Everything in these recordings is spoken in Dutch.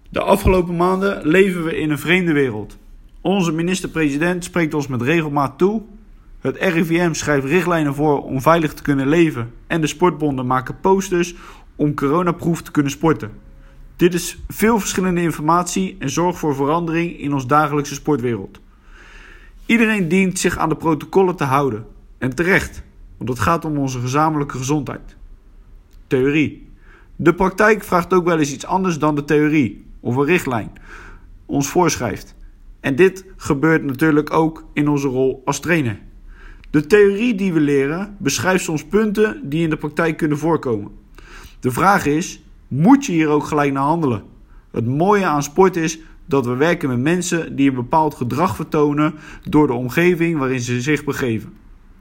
De afgelopen maanden leven we in een vreemde wereld. Onze minister-president spreekt ons met regelmaat toe. Het RIVM schrijft richtlijnen voor om veilig te kunnen leven. En de sportbonden maken posters om coronaproof te kunnen sporten. Dit is veel verschillende informatie en zorgt voor verandering in ons dagelijkse sportwereld. Iedereen dient zich aan de protocollen te houden. En terecht, want het gaat om onze gezamenlijke gezondheid. Theorie. De praktijk vraagt ook wel eens iets anders dan de theorie of een richtlijn ons voorschrijft. En dit gebeurt natuurlijk ook in onze rol als trainer. De theorie die we leren beschrijft soms punten die in de praktijk kunnen voorkomen. De vraag is, moet je hier ook gelijk naar handelen? Het mooie aan sport is dat we werken met mensen die een bepaald gedrag vertonen door de omgeving waarin ze zich begeven.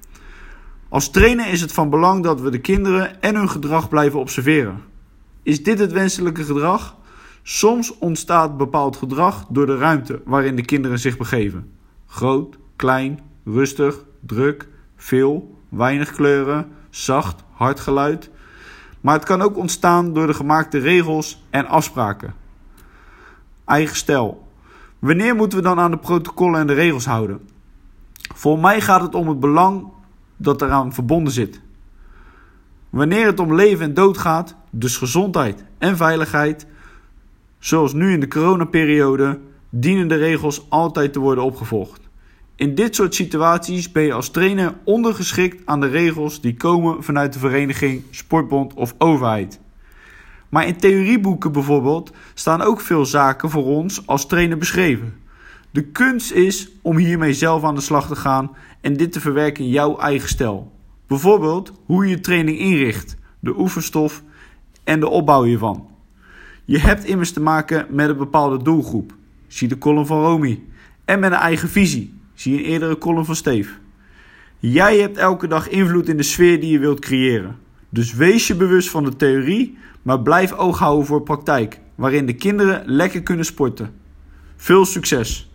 Als trainer is het van belang dat we de kinderen en hun gedrag blijven observeren. Is dit het wenselijke gedrag? Soms ontstaat bepaald gedrag door de ruimte waarin de kinderen zich begeven. Groot, klein, rustig, druk, veel, weinig kleuren, zacht, hard geluid. Maar het kan ook ontstaan door de gemaakte regels en afspraken. Eigen stijl. Wanneer moeten we dan aan de protocollen en de regels houden? Voor mij gaat het om het belang dat eraan verbonden zit. Wanneer het om leven en dood gaat, dus gezondheid en veiligheid, zoals nu in de coronaperiode, dienen de regels altijd te worden opgevolgd. In dit soort situaties ben je als trainer ondergeschikt aan de regels die komen vanuit de vereniging, sportbond of overheid. Maar in theorieboeken bijvoorbeeld staan ook veel zaken voor ons als trainer beschreven. De kunst is om hiermee zelf aan de slag te gaan en dit te verwerken in jouw eigen stijl. Bijvoorbeeld hoe je je training inricht, de oefenstof en de opbouw hiervan. Je hebt immers te maken met een bepaalde doelgroep, zie de column van Romy, en met een eigen visie, zie een eerdere column van Steve. Jij hebt elke dag invloed in de sfeer die je wilt creëren. Dus wees je bewust van de theorie, maar blijf oog houden voor praktijk, waarin de kinderen lekker kunnen sporten. Veel succes!